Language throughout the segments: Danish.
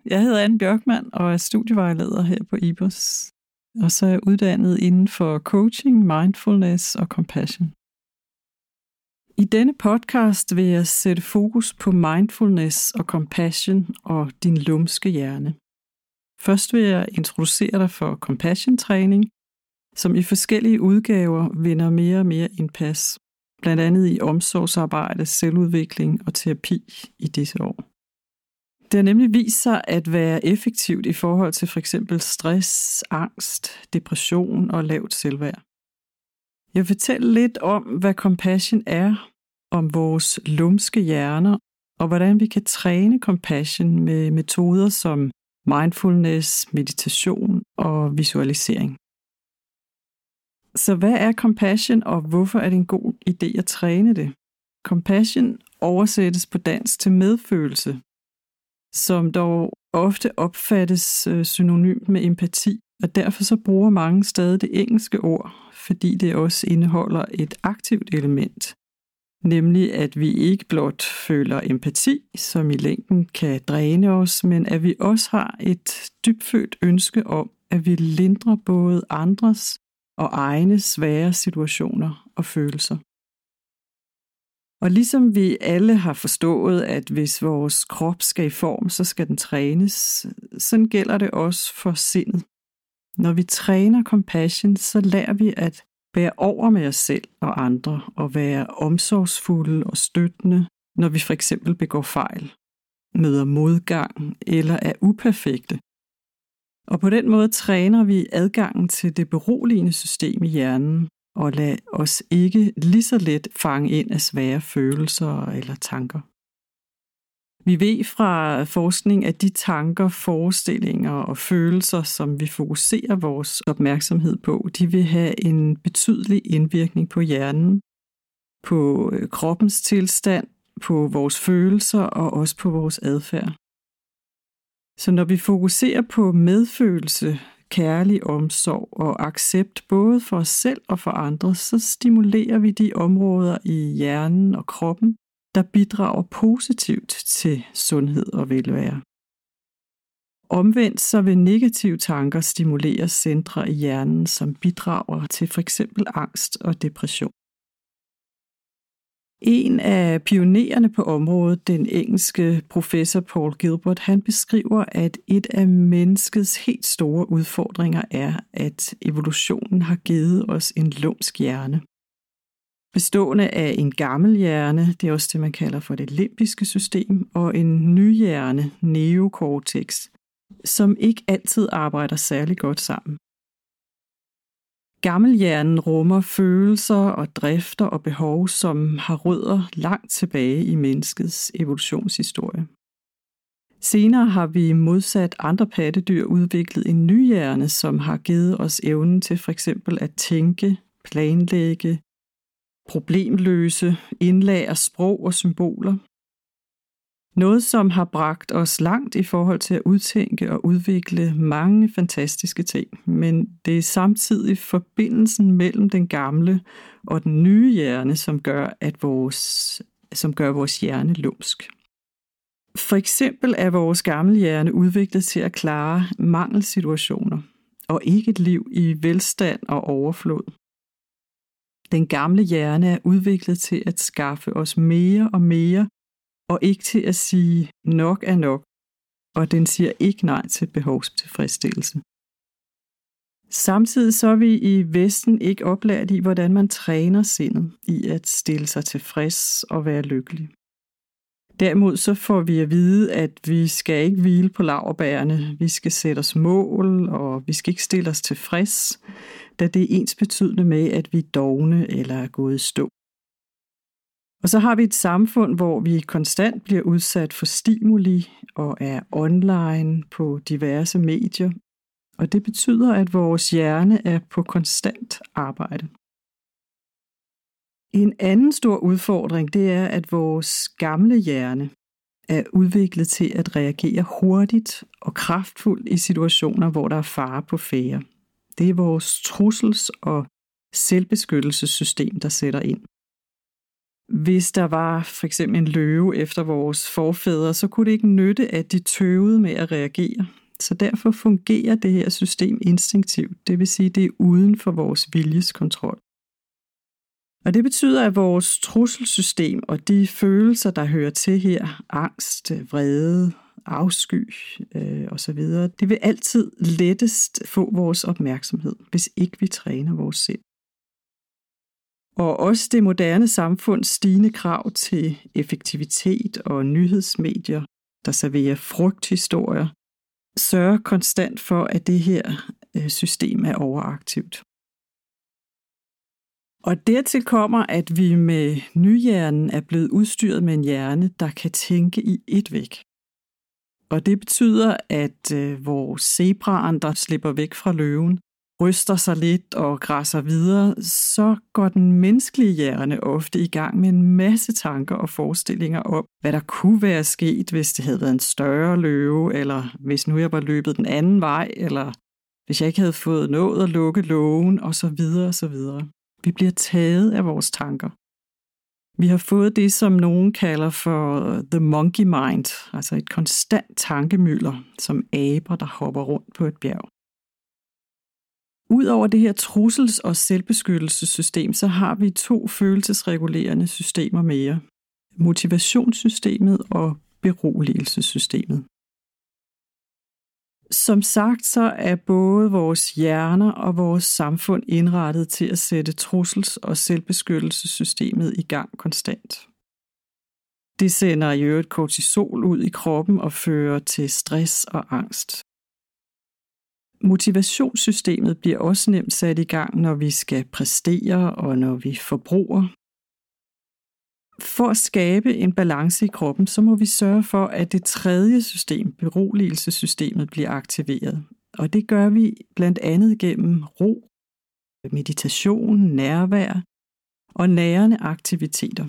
Jeg hedder Anne Bjørkman og er studievejleder her på IBOS. Og så er jeg uddannet inden for coaching, mindfulness og compassion. I denne podcast vil jeg sætte fokus på mindfulness og compassion og din lumske hjerne. Først vil jeg introducere dig for compassion-træning, som i forskellige udgaver vinder mere og mere indpas, blandt andet i omsorgsarbejde, selvudvikling og terapi i disse år. Det har nemlig vist sig at være effektivt i forhold til f.eks. stress, angst, depression og lavt selvværd. Jeg vil fortælle lidt om, hvad compassion er, om vores lumske hjerner, og hvordan vi kan træne compassion med metoder som mindfulness, meditation og visualisering. Så hvad er compassion, og hvorfor er det en god idé at træne det? Compassion oversættes på dansk til medfølelse, som dog ofte opfattes synonymt med empati, og derfor så bruger mange stadig det engelske ord, fordi det også indeholder et aktivt element, nemlig at vi ikke blot føler empati, som i længden kan dræne os, men at vi også har et dybfølt ønske om, at vi lindrer både andres og egne svære situationer og følelser. Og ligesom vi alle har forstået, at hvis vores krop skal i form, så skal den trænes, sådan gælder det også for sindet. Når vi træner compassion, så lærer vi at bære over med os selv og andre, og være omsorgsfulde og støttende, når vi for eksempel begår fejl, møder modgang eller er uperfekte. Og på den måde træner vi adgangen til det beroligende system i hjernen, og lad os ikke lige så let fange ind af svære følelser eller tanker. Vi ved fra forskning, at de tanker, forestillinger og følelser, som vi fokuserer vores opmærksomhed på, de vil have en betydelig indvirkning på hjernen, på kroppens tilstand, på vores følelser og også på vores adfærd. Så når vi fokuserer på medfølelse, kærlig omsorg og accept både for os selv og for andre, så stimulerer vi de områder i hjernen og kroppen, der bidrager positivt til sundhed og velvære. Omvendt så vil negative tanker stimulere centre i hjernen, som bidrager til f.eks. angst og depression. En af pionererne på området, den engelske professor Paul Gilbert, han beskriver, at et af menneskets helt store udfordringer er, at evolutionen har givet os en lumsk hjerne. Bestående af en gammel hjerne, det er også det, man kalder for det limbiske system, og en ny hjerne, neocortex, som ikke altid arbejder særlig godt sammen. Gammelhjernen rummer følelser og drifter og behov, som har rødder langt tilbage i menneskets evolutionshistorie. Senere har vi modsat andre pattedyr udviklet en ny hjerne, som har givet os evnen til for eksempel at tænke, planlægge, problemløse, indlære sprog og symboler. Noget, som har bragt os langt i forhold til at udtænke og udvikle mange fantastiske ting, men det er samtidig forbindelsen mellem den gamle og den nye hjerne, som gør vores hjerne lumsk. For eksempel er vores gamle hjerne udviklet til at klare mangelsituationer, og ikke et liv i velstand og overflod. Den gamle hjerne er udviklet til at skaffe os mere og mere, og ikke til at sige nok er nok, og den siger ikke nej til behovstilfredsstillelse. Samtidig så er vi i Vesten ikke oplært i, hvordan man træner sindet i at stille sig tilfreds og være lykkelig. Derimod så får vi at vide, at vi skal ikke hvile på laurbærrene, vi skal sætte os mål, og vi skal ikke stille os tilfreds, da det er ensbetydende med, at vi er dovne eller er gået i stå. Og så har vi et samfund, hvor vi konstant bliver udsat for stimuli og er online på diverse medier, og det betyder, at vores hjerne er på konstant arbejde. En anden stor udfordring, det er, at vores gamle hjerne er udviklet til at reagere hurtigt og kraftfuldt i situationer, hvor der er fare på færde. Det er vores trussels- og selvbeskyttelsessystem, der sætter ind. Hvis der var for eksempel en løve efter vores forfædre, så kunne det ikke nytte, at de tøvede med at reagere. Så derfor fungerer det her system instinktivt, det vil sige, det er uden for vores viljes kontrol. Og det betyder, at vores trusselsystem og de følelser, der hører til her, angst, vrede, afsky osv., det vil altid lettest få vores opmærksomhed, hvis ikke vi træner vores sind. Og også det moderne samfunds stigende krav til effektivitet og nyhedsmedier, der serverer frygthistorier, sørger konstant for, at det her system er overaktivt. Og dertil kommer, at vi med nyhjernen er blevet udstyret med en hjerne, der kan tænke i ét væk. Og det betyder, at hvor zebraen, der slipper væk fra løven, ryster sig lidt og græsser videre, så går den menneskelige hjerne ofte i gang med en masse tanker og forestillinger om, hvad der kunne være sket, hvis det havde været en større løve, eller hvis nu jeg var løbet den anden vej, eller hvis jeg ikke havde fået nået at lukke lågen, osv. osv. Vi bliver taget af vores tanker. Vi har fået det, som nogen kalder for the monkey mind, altså et konstant tankemylder, som aber, der hopper rundt på et bjerg. Udover det her trussels- og selvbeskyttelsessystem, så har vi 2 følelsesregulerende systemer mere. Motivationssystemet og beroligelsessystemet. Som sagt, så er både vores hjerner og vores samfund indrettet til at sætte trussels- og selvbeskyttelsessystemet i gang konstant. Det sender i øvrigt kortisol ud i kroppen og fører til stress og angst. Motivationssystemet bliver også nemt sat i gang, når vi skal præstere og når vi forbruger. For at skabe en balance i kroppen, så må vi sørge for, at det 3. system, beroligelsessystemet, bliver aktiveret. Og det gør vi blandt andet gennem ro, meditation, nærvær og nærende aktiviteter.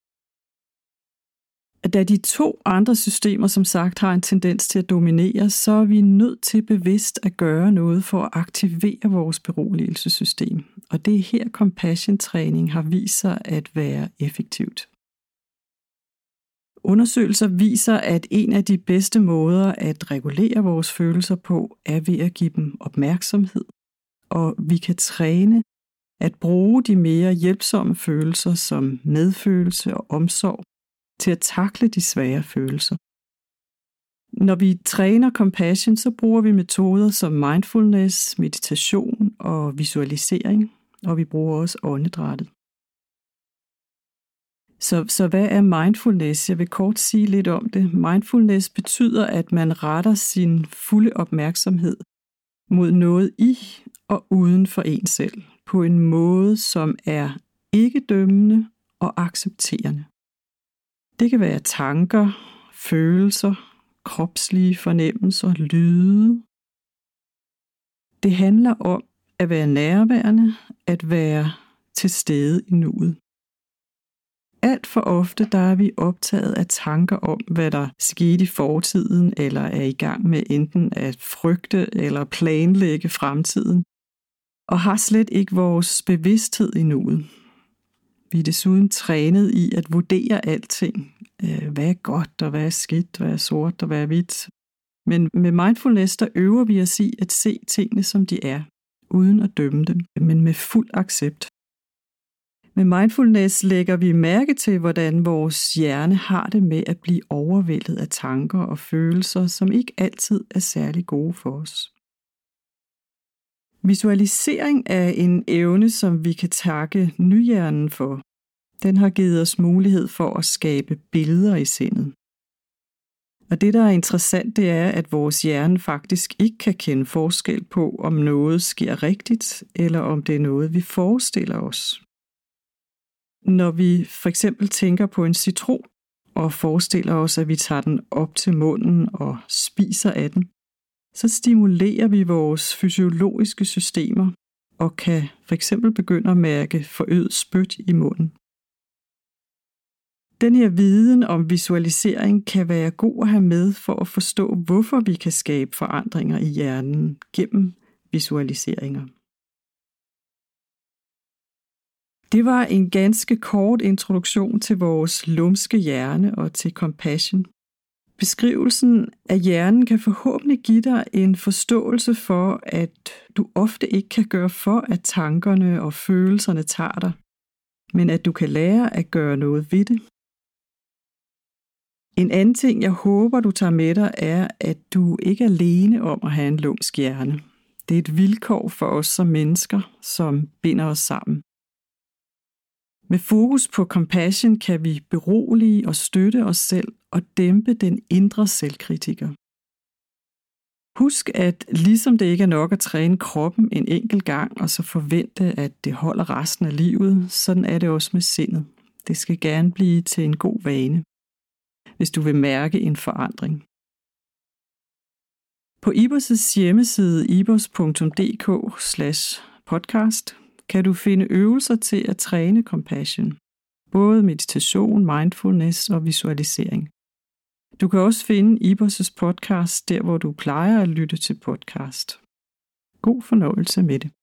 Da de 2 andre systemer, som sagt, har en tendens til at dominere, så er vi nødt til bevidst at gøre noget for at aktivere vores beroligelsessystem. Og det er her compassion-træning har vist sig at være effektivt. Undersøgelser viser, at en af de bedste måder at regulere vores følelser på, er ved at give dem opmærksomhed. Og vi kan træne at bruge de mere hjælpsomme følelser som medfølelse og omsorg til at takle de svære følelser. Når vi træner compassion, så bruger vi metoder som mindfulness, meditation og visualisering, og vi bruger også åndedrættet. Så hvad er mindfulness? Jeg vil kort sige lidt om det. Mindfulness betyder, at man retter sin fulde opmærksomhed mod noget i og uden for en selv, på en måde, som er ikke dømmende og accepterende. Det kan være tanker, følelser, kropslige fornemmelser, lyde. Det handler om at være nærværende, at være til stede i nuet. Alt for ofte der er vi optaget af tanker om, hvad der skete i fortiden, eller er i gang med enten at frygte eller planlægge fremtiden, og har slet ikke vores bevidsthed i nuet. Vi er desuden trænet i at vurdere alting. Hvad er godt, og hvad er skidt, hvad er sort, og hvad er hvidt. Men med mindfulness, der øver vi os i at se tingene, som de er, uden at dømme dem, men med fuld accept. Med mindfulness lægger vi mærke til, hvordan vores hjerne har det med at blive overvældet af tanker og følelser, som ikke altid er særlig gode for os. Visualisering er en evne, som vi kan takke nyhjernen for. Den har givet os mulighed for at skabe billeder i sindet. Og det, der er interessant, det er, at vores hjerne faktisk ikke kan kende forskel på, om noget sker rigtigt, eller om det er noget, vi forestiller os. Når vi for eksempel tænker på en citron, og forestiller os, at vi tager den op til munden og spiser af den, så stimulerer vi vores fysiologiske systemer og kan for eksempel begynde at mærke forøget spyt i munden. Den her viden om visualisering kan være god at have med for at forstå, hvorfor vi kan skabe forandringer i hjernen gennem visualiseringer. Det var en ganske kort introduktion til vores lumske hjerne og til compassion. Beskrivelsen af hjernen kan forhåbentlig give dig en forståelse for, at du ofte ikke kan gøre for, at tankerne og følelserne tager dig, men at du kan lære at gøre noget ved det. En anden ting, jeg håber, du tager med dig, er, at du ikke er alene om at have en lumsk hjerne. Det er et vilkår for os som mennesker, som binder os sammen. Med fokus på compassion kan vi berolige og støtte os selv og dæmpe den indre selvkritiker. Husk, at ligesom det ikke er nok at træne kroppen en enkelt gang og så forvente, at det holder resten af livet, sådan er det også med sindet. Det skal gerne blive til en god vane, hvis du vil mærke en forandring. På IBOS' hjemmeside ibos.dk/podcast kan du finde øvelser til at træne compassion, både meditation, mindfulness og visualisering. Du kan også finde IBOS' podcast der, hvor du plejer at lytte til podcast. God fornøjelse med det.